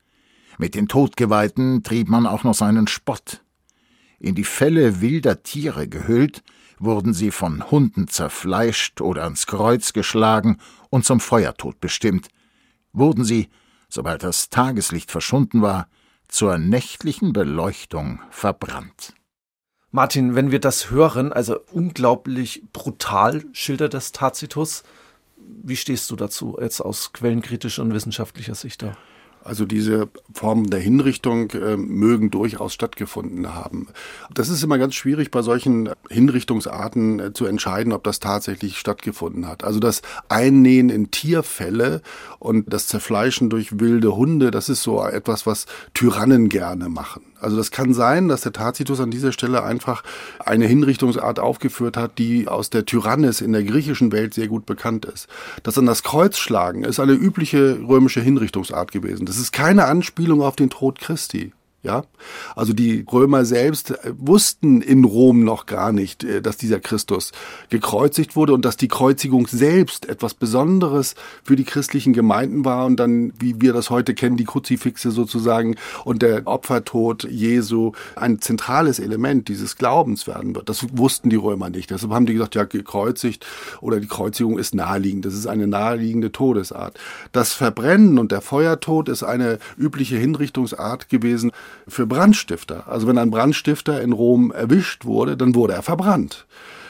Mit den Todgeweihten trieb man auch noch seinen Spott. In die Felle wilder Tiere gehüllt, wurden sie von Hunden zerfleischt oder ans Kreuz geschlagen und zum Feuertod bestimmt, wurden sie, sobald das Tageslicht verschwunden war, zur nächtlichen Beleuchtung verbrannt. Martin, wenn wir das hören, also unglaublich brutal schildert das Tacitus. Wie stehst du dazu jetzt aus quellenkritischer und wissenschaftlicher Sicht da? Also diese Formen der Hinrichtung mögen durchaus stattgefunden haben. Das ist immer ganz schwierig bei solchen Hinrichtungsarten zu entscheiden, ob das tatsächlich stattgefunden hat. Also das Einnähen in Tierfelle und das Zerfleischen durch wilde Hunde, das ist so etwas, was Tyrannen gerne machen. Also das kann sein, dass der Tacitus an dieser Stelle einfach eine Hinrichtungsart aufgeführt hat, die aus der Tyrannis in der griechischen Welt sehr gut bekannt ist. Das an das Kreuz schlagen ist eine übliche römische Hinrichtungsart gewesen. Das ist keine Anspielung auf den Tod Christi. Ja, also die Römer selbst wussten in Rom noch gar nicht, dass dieser Christus gekreuzigt wurde und dass die Kreuzigung selbst etwas Besonderes für die christlichen Gemeinden war und dann, wie wir das heute kennen, die Kruzifixe sozusagen und der Opfertod Jesu ein zentrales Element dieses Glaubens werden wird. Das wussten die Römer nicht. Deshalb haben die gesagt, ja, gekreuzigt oder die Kreuzigung ist naheliegend. Das ist eine naheliegende Todesart. Das Verbrennen und der Feuertod ist eine übliche Hinrichtungsart gewesen für Brandstifter. Also wenn ein Brandstifter in Rom erwischt wurde, dann wurde er verbrannt.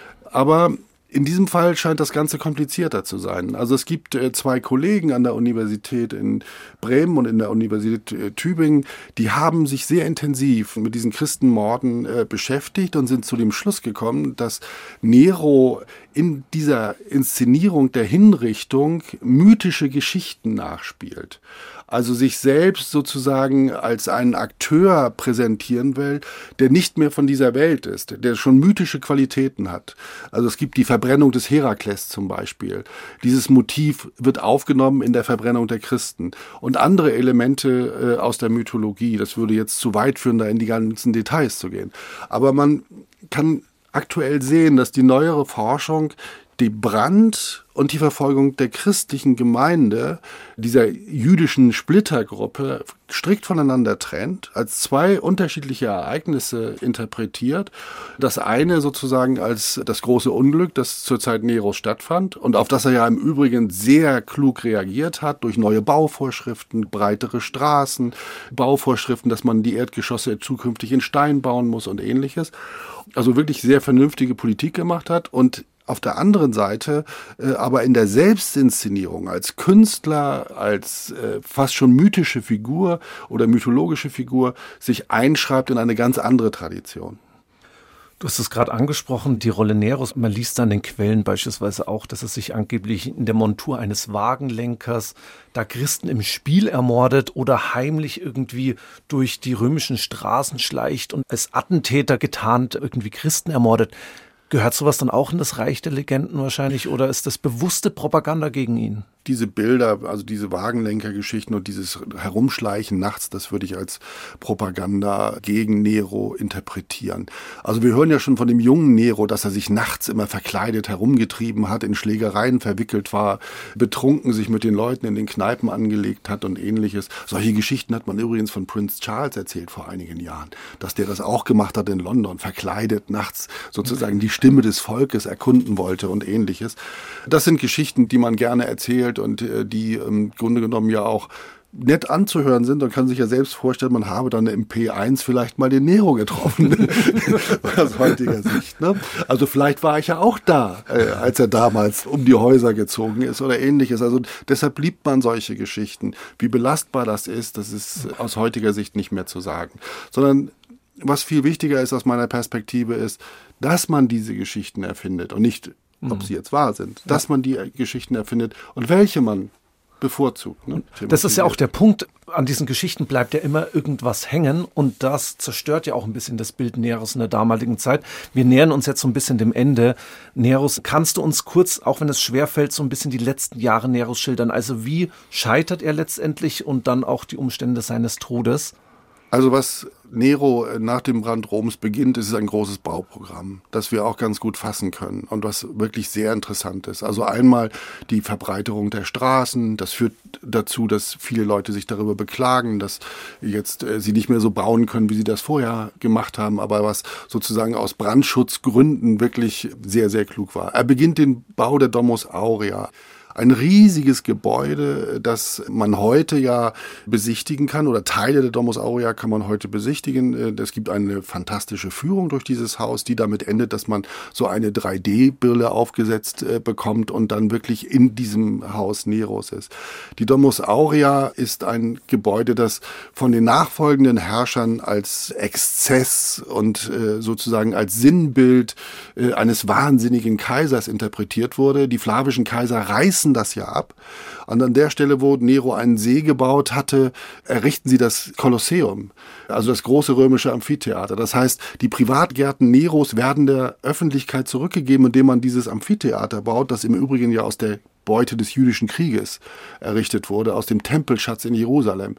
Aber in diesem Fall scheint das Ganze komplizierter zu sein. Also es gibt zwei Kollegen an der Universität in Bremen und in der Universität Tübingen, die haben sich sehr intensiv mit diesen Christenmorden beschäftigt und sind zu dem Schluss gekommen, dass Nero in dieser Inszenierung der Hinrichtung mythische Geschichten nachspielt. Also sich selbst sozusagen als einen Akteur präsentieren will, der nicht mehr von dieser Welt ist, der schon mythische Qualitäten hat. Also es gibt die Verbrennung des Herakles zum Beispiel. Dieses Motiv wird aufgenommen in der Verbrennung der Christen. Und andere Elemente aus der Mythologie. Das würde jetzt zu weit führen, da in die ganzen Details zu gehen. Aber man kann aktuell sehen, dass die neuere Forschung die Brand und die Verfolgung der christlichen Gemeinde, dieser jüdischen Splittergruppe, strikt voneinander trennt, als zwei unterschiedliche Ereignisse interpretiert. Das eine sozusagen als das große Unglück, das zur Zeit Neros stattfand und auf das er ja im Übrigen sehr klug reagiert hat, durch neue Bauvorschriften, breitere Straßen, Bauvorschriften, dass man die Erdgeschosse zukünftig in Stein bauen muss und ähnliches. Also wirklich sehr vernünftige Politik gemacht hat und auf der anderen Seite aber in der Selbstinszenierung als Künstler, als fast schon mythische Figur oder mythologische Figur sich einschreibt in eine ganz andere Tradition. Du hast es gerade angesprochen, die Rolle Neros. Man liest dann in den Quellen beispielsweise auch, dass es sich angeblich in der Montur eines Wagenlenkers da Christen im Spiel ermordet oder heimlich irgendwie durch die römischen Straßen schleicht und als Attentäter getarnt irgendwie Christen ermordet. Gehört sowas dann auch in das Reich der Legenden wahrscheinlich oder ist das bewusste Propaganda gegen ihn? Diese Bilder, also diese Wagenlenkergeschichten und dieses Herumschleichen nachts, das würde ich als Propaganda gegen Nero interpretieren. Also wir hören ja schon von dem jungen Nero, dass er sich nachts immer verkleidet herumgetrieben hat, in Schlägereien verwickelt war, betrunken sich mit den Leuten in den Kneipen angelegt hat und ähnliches. Solche Geschichten hat man übrigens von Prince Charles erzählt vor einigen Jahren, dass der das auch gemacht hat in London, verkleidet nachts sozusagen die Stimme des Volkes erkunden wollte und ähnliches. Das sind Geschichten, die man gerne erzählt und die im Grunde genommen ja auch nett anzuhören sind. Man kann sich ja selbst vorstellen, man habe dann im P1 vielleicht mal den Nero getroffen, aus heutiger Sicht. Ne? Also vielleicht war ich ja auch da, als er damals um die Häuser gezogen ist oder ähnliches. Also deshalb liebt man solche Geschichten. Wie belastbar das ist aus heutiger Sicht nicht mehr zu sagen. Sondern was viel wichtiger ist aus meiner Perspektive ist, dass man diese Geschichten erfindet und nicht, ob sie jetzt wahr sind, dass man die Geschichten erfindet und welche man bevorzugt. Ne? Das ist ja auch der Punkt, an diesen Geschichten bleibt ja immer irgendwas hängen und das zerstört ja auch ein bisschen das Bild Neros in der damaligen Zeit. Wir nähern uns jetzt so ein bisschen dem Ende. Neros, kannst du uns kurz, auch wenn es schwerfällt, so ein bisschen die letzten Jahre Neros schildern? Also wie scheitert er letztendlich und dann auch die Umstände seines Todes? Also was Nero nach dem Brand Roms beginnt, ist ein großes Bauprogramm, das wir auch ganz gut fassen können und was wirklich sehr interessant ist. Also einmal die Verbreiterung der Straßen, das führt dazu, dass viele Leute sich darüber beklagen, dass jetzt sie nicht mehr so bauen können, wie sie das vorher gemacht haben, aber was sozusagen aus Brandschutzgründen wirklich sehr, sehr klug war. Er beginnt den Bau der Domus Aurea. Ein riesiges Gebäude, das man heute ja besichtigen kann oder Teile der Domus Aurea kann man heute besichtigen. Es gibt eine fantastische Führung durch dieses Haus, die damit endet, dass man so eine 3D-Brille aufgesetzt bekommt und dann wirklich in diesem Haus Neros ist. Die Domus Aurea ist ein Gebäude, das von den nachfolgenden Herrschern als Exzess und sozusagen als Sinnbild eines wahnsinnigen Kaisers interpretiert wurde. Die flavischen Kaiser reißen das ja ab. Und an der Stelle, wo Nero einen See gebaut hatte, errichten sie das Kolosseum, also das große römische Amphitheater. Das heißt, die Privatgärten Neros werden der Öffentlichkeit zurückgegeben, indem man dieses Amphitheater baut, das im Übrigen ja aus der Beute des jüdischen Krieges errichtet wurde, aus dem Tempelschatz in Jerusalem.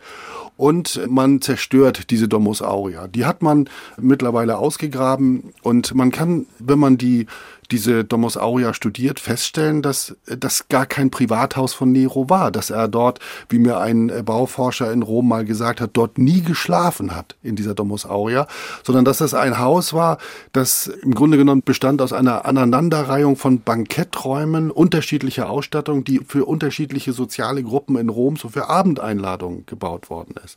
Und man zerstört diese Domus Aurea. Die hat man mittlerweile ausgegraben und man kann, wenn man diese Domus Aurea studiert, feststellen, dass das gar kein Privathaus von Nero war, dass er dort, wie mir ein Bauforscher in Rom mal gesagt hat, dort nie geschlafen hat in dieser Domus Aurea, sondern dass das ein Haus war, das im Grunde genommen bestand aus einer Aneinanderreihung von Banketträumen unterschiedlicher Ausstattung, die für unterschiedliche soziale Gruppen in Rom so für Abendeinladungen gebaut worden ist.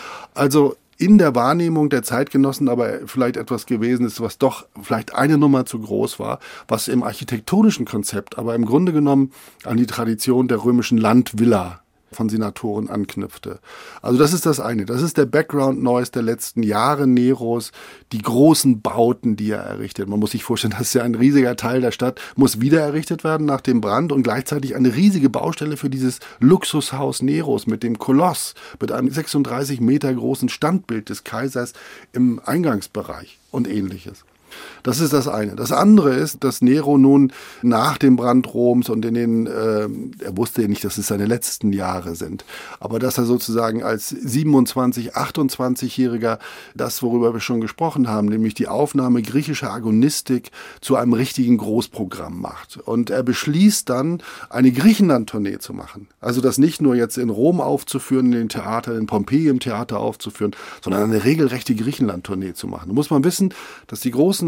Also in der Wahrnehmung der Zeitgenossen aber vielleicht etwas gewesen ist, was doch vielleicht eine Nummer zu groß war, was im architektonischen Konzept aber im Grunde genommen an die Tradition der römischen Landvilla von Senatoren anknüpfte. Also das ist das eine. Das ist der Background Noise der letzten Jahre Neros, die großen Bauten, die er errichtet. Man muss sich vorstellen, das ist ja ein riesiger Teil der Stadt, muss wieder errichtet werden nach dem Brand und gleichzeitig eine riesige Baustelle für dieses Luxushaus Neros mit dem Koloss, mit einem 36 Meter großen Standbild des Kaisers im Eingangsbereich und ähnliches. Das ist das eine. Das andere ist, dass Nero nun nach dem Brand Roms und er wusste ja nicht, dass es seine letzten Jahre sind, aber dass er sozusagen als 27-, 28-Jähriger das, worüber wir schon gesprochen haben, nämlich die Aufnahme griechischer Agonistik zu einem richtigen Großprogramm macht. Und er beschließt dann, eine Griechenland-Tournee zu machen. Also das nicht nur jetzt in Rom aufzuführen, in den Theatern, in Pompeji im Theater aufzuführen, sondern eine regelrechte Griechenland-Tournee zu machen. Da muss man wissen, dass die großen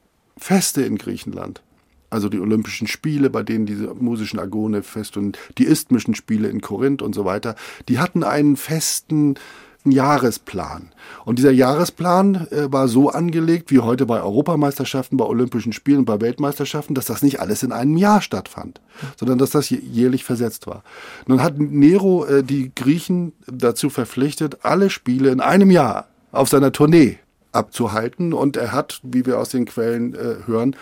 Feste in Griechenland, also die Olympischen Spiele, bei denen diese musischen Agone-Feste und die isthmischen Spiele in Korinth und so weiter, die hatten einen festen Jahresplan. Und dieser Jahresplan war so angelegt, wie heute bei Europameisterschaften, bei Olympischen Spielen und bei Weltmeisterschaften, dass das nicht alles in einem Jahr stattfand, sondern dass das jährlich versetzt war. Nun hat Nero die Griechen dazu verpflichtet, alle Spiele in einem Jahr auf seiner Tournee abzuhalten. Und er hat, wie wir aus den Quellen hören,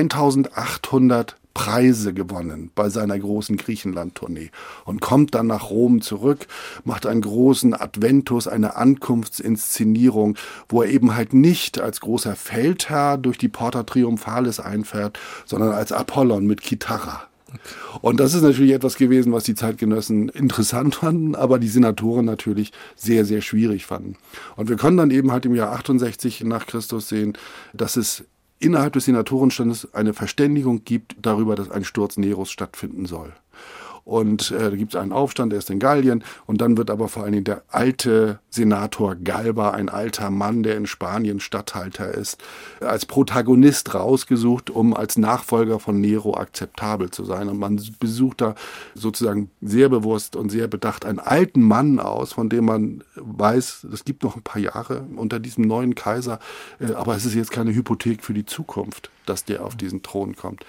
1800 Preise gewonnen bei seiner großen Griechenland-Tournee und kommt dann nach Rom zurück, macht einen großen Adventus, eine Ankunftsinszenierung, wo er eben halt nicht als großer Feldherr durch die Porta Triumphalis einfährt, sondern als Apollon mit Kitharra. Und das ist natürlich etwas gewesen, was die Zeitgenossen interessant fanden, aber die Senatoren natürlich sehr, sehr schwierig fanden. Und wir können dann eben halt im Jahr 68 nach Christus sehen, dass es innerhalb des Senatorenstandes eine Verständigung gibt darüber, dass ein Sturz Neros stattfinden soll. und da gibt es einen Aufstand, der ist in Gallien und dann wird aber vor allen Dingen der alte Senator Galba, ein alter Mann, der in Spanien Statthalter ist, als Protagonist rausgesucht, um als Nachfolger von Nero akzeptabel zu sein. Und man besucht da sozusagen sehr bewusst und sehr bedacht einen alten Mann aus, von dem man weiß, es gibt noch ein paar Jahre unter diesem neuen Kaiser, aber es ist jetzt keine Hypothek für die Zukunft, dass der auf diesen Thron kommt.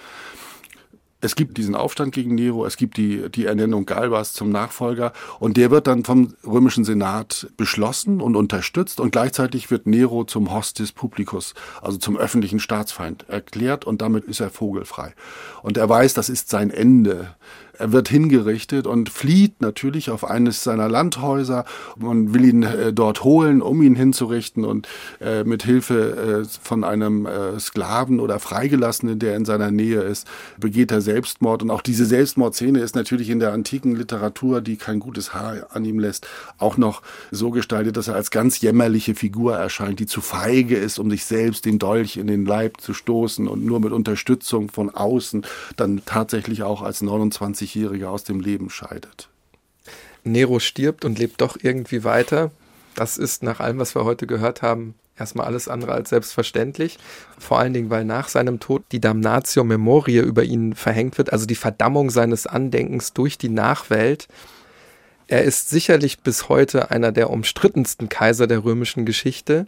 Es gibt diesen Aufstand gegen Nero, es gibt die Ernennung Galbas zum Nachfolger und der wird dann vom römischen Senat beschlossen und unterstützt und gleichzeitig wird Nero zum Hostis Publicus, also zum öffentlichen Staatsfeind erklärt und damit ist er vogelfrei. Und er weiß, das ist sein Ende. Er wird hingerichtet und flieht natürlich auf eines seiner Landhäuser. Man will ihn dort holen, um ihn hinzurichten und mit Hilfe von einem Sklaven oder Freigelassenen, der in seiner Nähe ist, begeht er Selbstmord. Und auch diese Selbstmordszene ist natürlich in der antiken Literatur, die kein gutes Haar an ihm lässt, auch noch so gestaltet, dass er als ganz jämmerliche Figur erscheint, die zu feige ist, um sich selbst den Dolch in den Leib zu stoßen und nur mit Unterstützung von außen dann tatsächlich auch als 29-Jähriger aus dem Leben scheidet. Nero stirbt und lebt doch irgendwie weiter. Das ist nach allem, was wir heute gehört haben, erstmal alles andere als selbstverständlich. Vor allen Dingen, weil nach seinem Tod die Damnatio Memoriae über ihn verhängt wird, also die Verdammung seines Andenkens durch die Nachwelt. Er ist sicherlich bis heute einer der umstrittensten Kaiser der römischen Geschichte.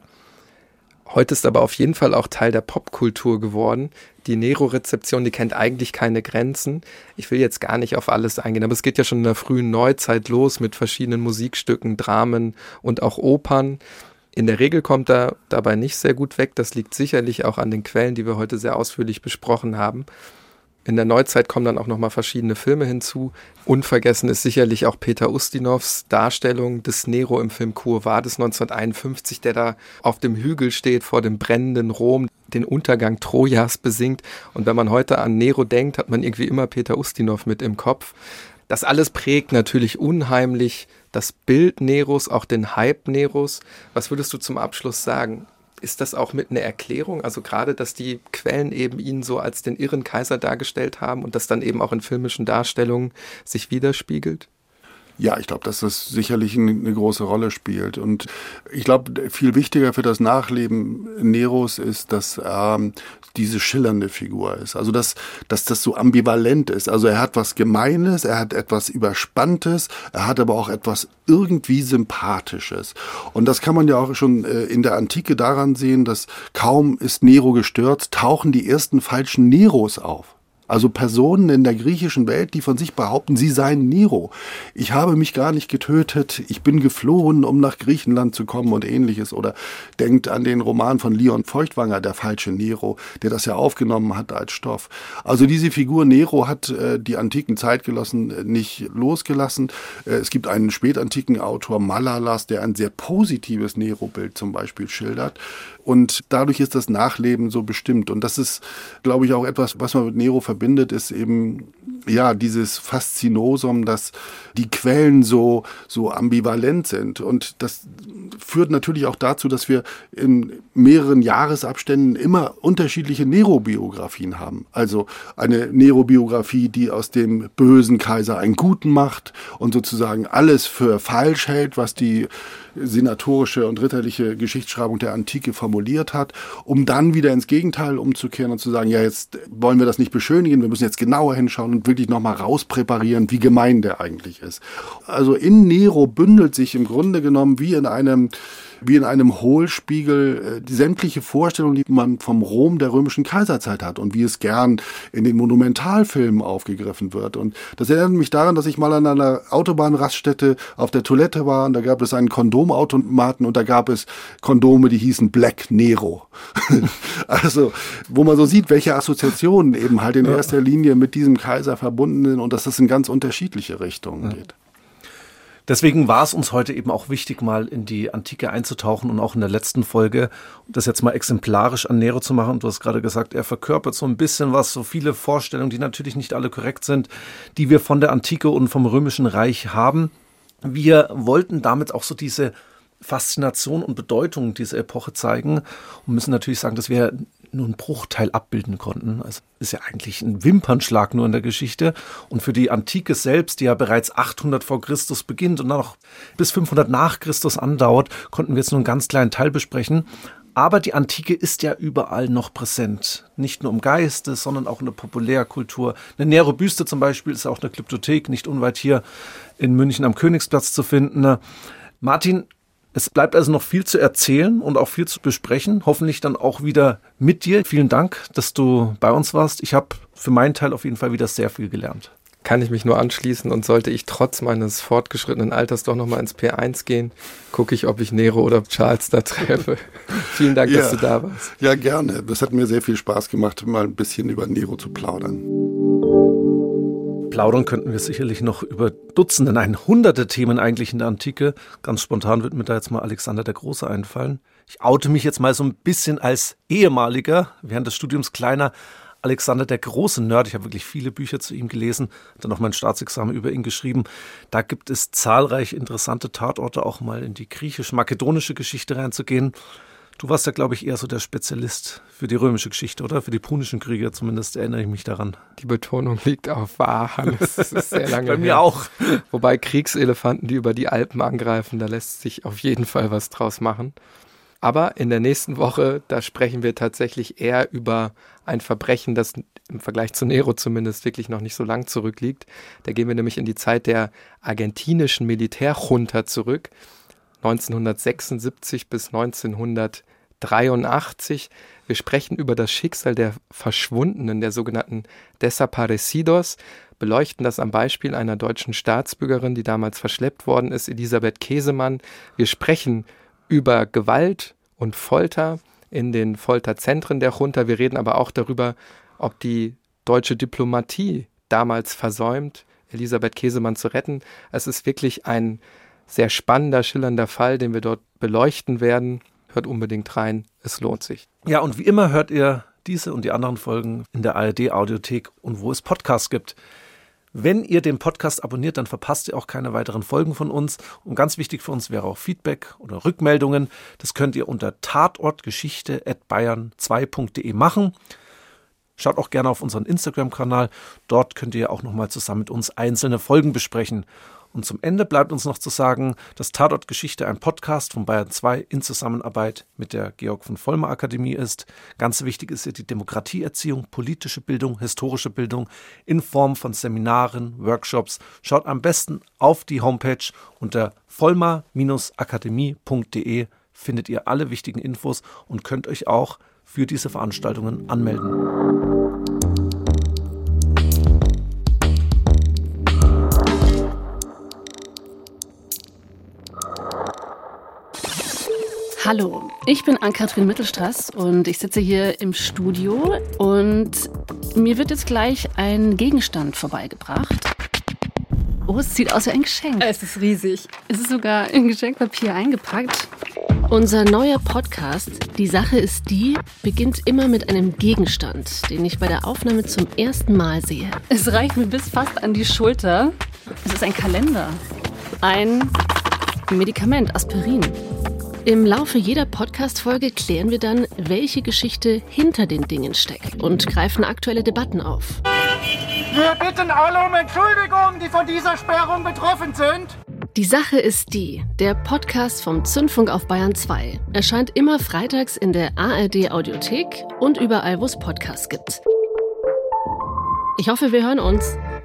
Heute ist aber auf jeden Fall auch Teil der Popkultur geworden. Die Nero-Rezeption, die kennt eigentlich keine Grenzen. Ich will jetzt gar nicht auf alles eingehen, aber es geht ja schon in der frühen Neuzeit los mit verschiedenen Musikstücken, Dramen und auch Opern. In der Regel kommt er dabei nicht sehr gut weg. Das liegt sicherlich auch an den Quellen, die wir heute sehr ausführlich besprochen haben. In der Neuzeit kommen dann auch nochmal verschiedene Filme hinzu. Unvergessen ist sicherlich auch Peter Ustinovs Darstellung des Nero im Film Quo Vadis 1951, der da auf dem Hügel steht vor dem brennenden Rom, den Untergang Trojas besingt. Und wenn man heute an Nero denkt, hat man irgendwie immer Peter Ustinov mit im Kopf. Das alles prägt natürlich unheimlich das Bild Neros, auch den Hype Neros. Was würdest du zum Abschluss sagen? Ist das auch mit einer Erklärung? Also gerade, dass die Quellen eben ihn so als den irren Kaiser dargestellt haben und das dann eben auch in filmischen Darstellungen sich widerspiegelt? Ja, ich glaube, dass das sicherlich eine große Rolle spielt. Und ich glaube, viel wichtiger für das Nachleben Neros ist, dass diese schillernde Figur ist. Also, dass das so ambivalent ist. Also, er hat was Gemeines, er hat etwas Überspanntes, er hat aber auch etwas irgendwie Sympathisches. Und das kann man ja auch schon in der Antike daran sehen, dass kaum ist Nero gestürzt, tauchen die ersten falschen Neros auf. Also Personen in der griechischen Welt, die von sich behaupten, sie seien Nero. Ich habe mich gar nicht getötet, ich bin geflohen, um nach Griechenland zu kommen und ähnliches. Oder denkt an den Roman von Leon Feuchtwanger, Der falsche Nero, der das ja aufgenommen hat als Stoff. Also diese Figur Nero hat die antiken Zeitgenossen nicht losgelassen. Es gibt einen spätantiken Autor, Malalas, der ein sehr positives Nero-Bild zum Beispiel schildert. Und dadurch ist das Nachleben so bestimmt. Und das ist, glaube ich, auch etwas, was man mit Nero verbindet, ist eben, ja, dieses Faszinosum, dass die Quellen so ambivalent sind. Und das führt natürlich auch dazu, dass wir in mehreren Jahresabständen immer unterschiedliche Nero-Biografien haben. Also eine Nero-Biografie, die aus dem bösen Kaiser einen guten macht und sozusagen alles für falsch hält, was die senatorische und ritterliche Geschichtsschreibung der Antike formuliert hat, um dann wieder ins Gegenteil umzukehren und zu sagen, ja, jetzt wollen wir das nicht beschönigen, wir müssen jetzt genauer hinschauen und wirklich nochmal rauspräparieren, wie gemein der eigentlich ist. Also in Nero bündelt sich im Grunde genommen wie in einem Hohlspiegel die sämtliche Vorstellung, die man vom Rom der römischen Kaiserzeit hat und wie es gern in den Monumentalfilmen aufgegriffen wird. Und das erinnert mich daran, dass ich mal an einer Autobahnraststätte auf der Toilette war und da gab es einen Kondomautomaten und da gab es Kondome, die hießen Black Nero. Also, wo man so sieht, welche Assoziationen eben halt in erster Linie mit diesem Kaiser verbunden sind und dass das in ganz unterschiedliche Richtungen geht. Deswegen war es uns heute eben auch wichtig, mal in die Antike einzutauchen und auch in der letzten Folge das jetzt mal exemplarisch an Nero zu machen. Du hast gerade gesagt, er verkörpert so ein bisschen was, so viele Vorstellungen, die natürlich nicht alle korrekt sind, die wir von der Antike und vom Römischen Reich haben. Wir wollten damit auch so diese Faszination und Bedeutung dieser Epoche zeigen und müssen natürlich sagen, dass wir nur einen Bruchteil abbilden konnten. Also ist ja eigentlich ein Wimpernschlag nur in der Geschichte. Und für die Antike selbst, die ja bereits 800 vor Christus beginnt und dann noch bis 500 nach Christus andauert, konnten wir jetzt nur einen ganz kleinen Teil besprechen. Aber die Antike ist ja überall noch präsent. Nicht nur im Geiste, sondern auch in der Populärkultur. Eine Nero-Büste zum Beispiel ist auch eine Glyptothek, nicht unweit hier in München am Königsplatz zu finden. Martin, es bleibt also noch viel zu erzählen und auch viel zu besprechen. Hoffentlich dann auch wieder mit dir. Vielen Dank, dass du bei uns warst. Ich habe für meinen Teil auf jeden Fall wieder sehr viel gelernt. Kann ich mich nur anschließen, und sollte ich trotz meines fortgeschrittenen Alters doch nochmal ins P1 gehen, gucke ich, ob ich Nero oder Charles da treffe. Vielen Dank, dass du da warst. Ja, gerne. Das hat mir sehr viel Spaß gemacht, mal ein bisschen über Nero zu plaudern. Plaudern könnten wir sicherlich noch über Dutzende, nein, hunderte Themen eigentlich in der Antike. Ganz spontan wird mir da jetzt mal Alexander der Große einfallen. Ich oute mich jetzt mal so ein bisschen als ehemaliger, während des Studiums kleiner Alexander der große Nerd. Ich habe wirklich viele Bücher zu ihm gelesen, dann auch mein Staatsexamen über ihn geschrieben. Da gibt es zahlreiche interessante Tatorte, auch mal in die griechisch-makedonische Geschichte reinzugehen. Du warst ja, glaube ich, eher so der Spezialist für die römische Geschichte, oder? Für die Punischen Kriege, zumindest erinnere ich mich daran. Die Betonung liegt auf wahr, Hannes. Das ist sehr lange Bei mir auch. Wobei Kriegselefanten, die über die Alpen angreifen, da lässt sich auf jeden Fall was draus machen. Aber in der nächsten Woche, da sprechen wir tatsächlich eher über ein Verbrechen, das im Vergleich zu Nero zumindest wirklich noch nicht so lang zurückliegt. Da gehen wir nämlich in die Zeit der argentinischen Militärjunta zurück, 1976 bis 1983. Wir sprechen über das Schicksal der Verschwundenen, der sogenannten Desaparecidos, beleuchten das am Beispiel einer deutschen Staatsbürgerin, die damals verschleppt worden ist, Elisabeth Käsemann. Wir sprechen über Gewalt und Folter in den Folterzentren der Junta. Wir reden aber auch darüber, ob die deutsche Diplomatie damals versäumt, Elisabeth Käsemann zu retten. Es ist wirklich ein sehr spannender, schillernder Fall, den wir dort beleuchten werden. Hört unbedingt rein, es lohnt sich. Ja, und wie immer hört ihr diese und die anderen Folgen in der ARD-Audiothek und wo es Podcasts gibt. Wenn ihr den Podcast abonniert, dann verpasst ihr auch keine weiteren Folgen von uns. Und ganz wichtig für uns wäre auch Feedback oder Rückmeldungen. Das könnt ihr unter tatortgeschichte@bayern2.de machen. Schaut auch gerne auf unseren Instagram-Kanal. Dort könnt ihr auch nochmal zusammen mit uns einzelne Folgen besprechen. Und zum Ende bleibt uns noch zu sagen, dass Tatort Geschichte ein Podcast von Bayern 2 in Zusammenarbeit mit der Georg von Vollmer Akademie ist. Ganz wichtig ist hier die Demokratieerziehung, politische Bildung, historische Bildung in Form von Seminaren, Workshops. Schaut am besten auf die Homepage unter vollmer-akademie.de findet ihr alle wichtigen Infos und könnt euch auch für diese Veranstaltungen anmelden. Hallo, ich bin Ann-Kathrin Mittelstraß und ich sitze hier im Studio und mir wird jetzt gleich ein Gegenstand vorbeigebracht. Oh, es sieht aus wie ein Geschenk. Es ist riesig. Es ist sogar in Geschenkpapier eingepackt. Unser neuer Podcast, Die Sache ist die, beginnt immer mit einem Gegenstand, den ich bei der Aufnahme zum ersten Mal sehe. Es reicht mir bis fast an die Schulter. Es ist ein Kalender. Ein Medikament, Aspirin. Im Laufe jeder Podcast-Folge klären wir dann, welche Geschichte hinter den Dingen steckt und greifen aktuelle Debatten auf. Wir bitten alle um Entschuldigung, die von dieser Sperrung betroffen sind. Die Sache ist die, der Podcast vom Zündfunk auf Bayern 2 erscheint immer freitags in der ARD-Audiothek und überall, wo es Podcasts gibt. Ich hoffe, wir hören uns.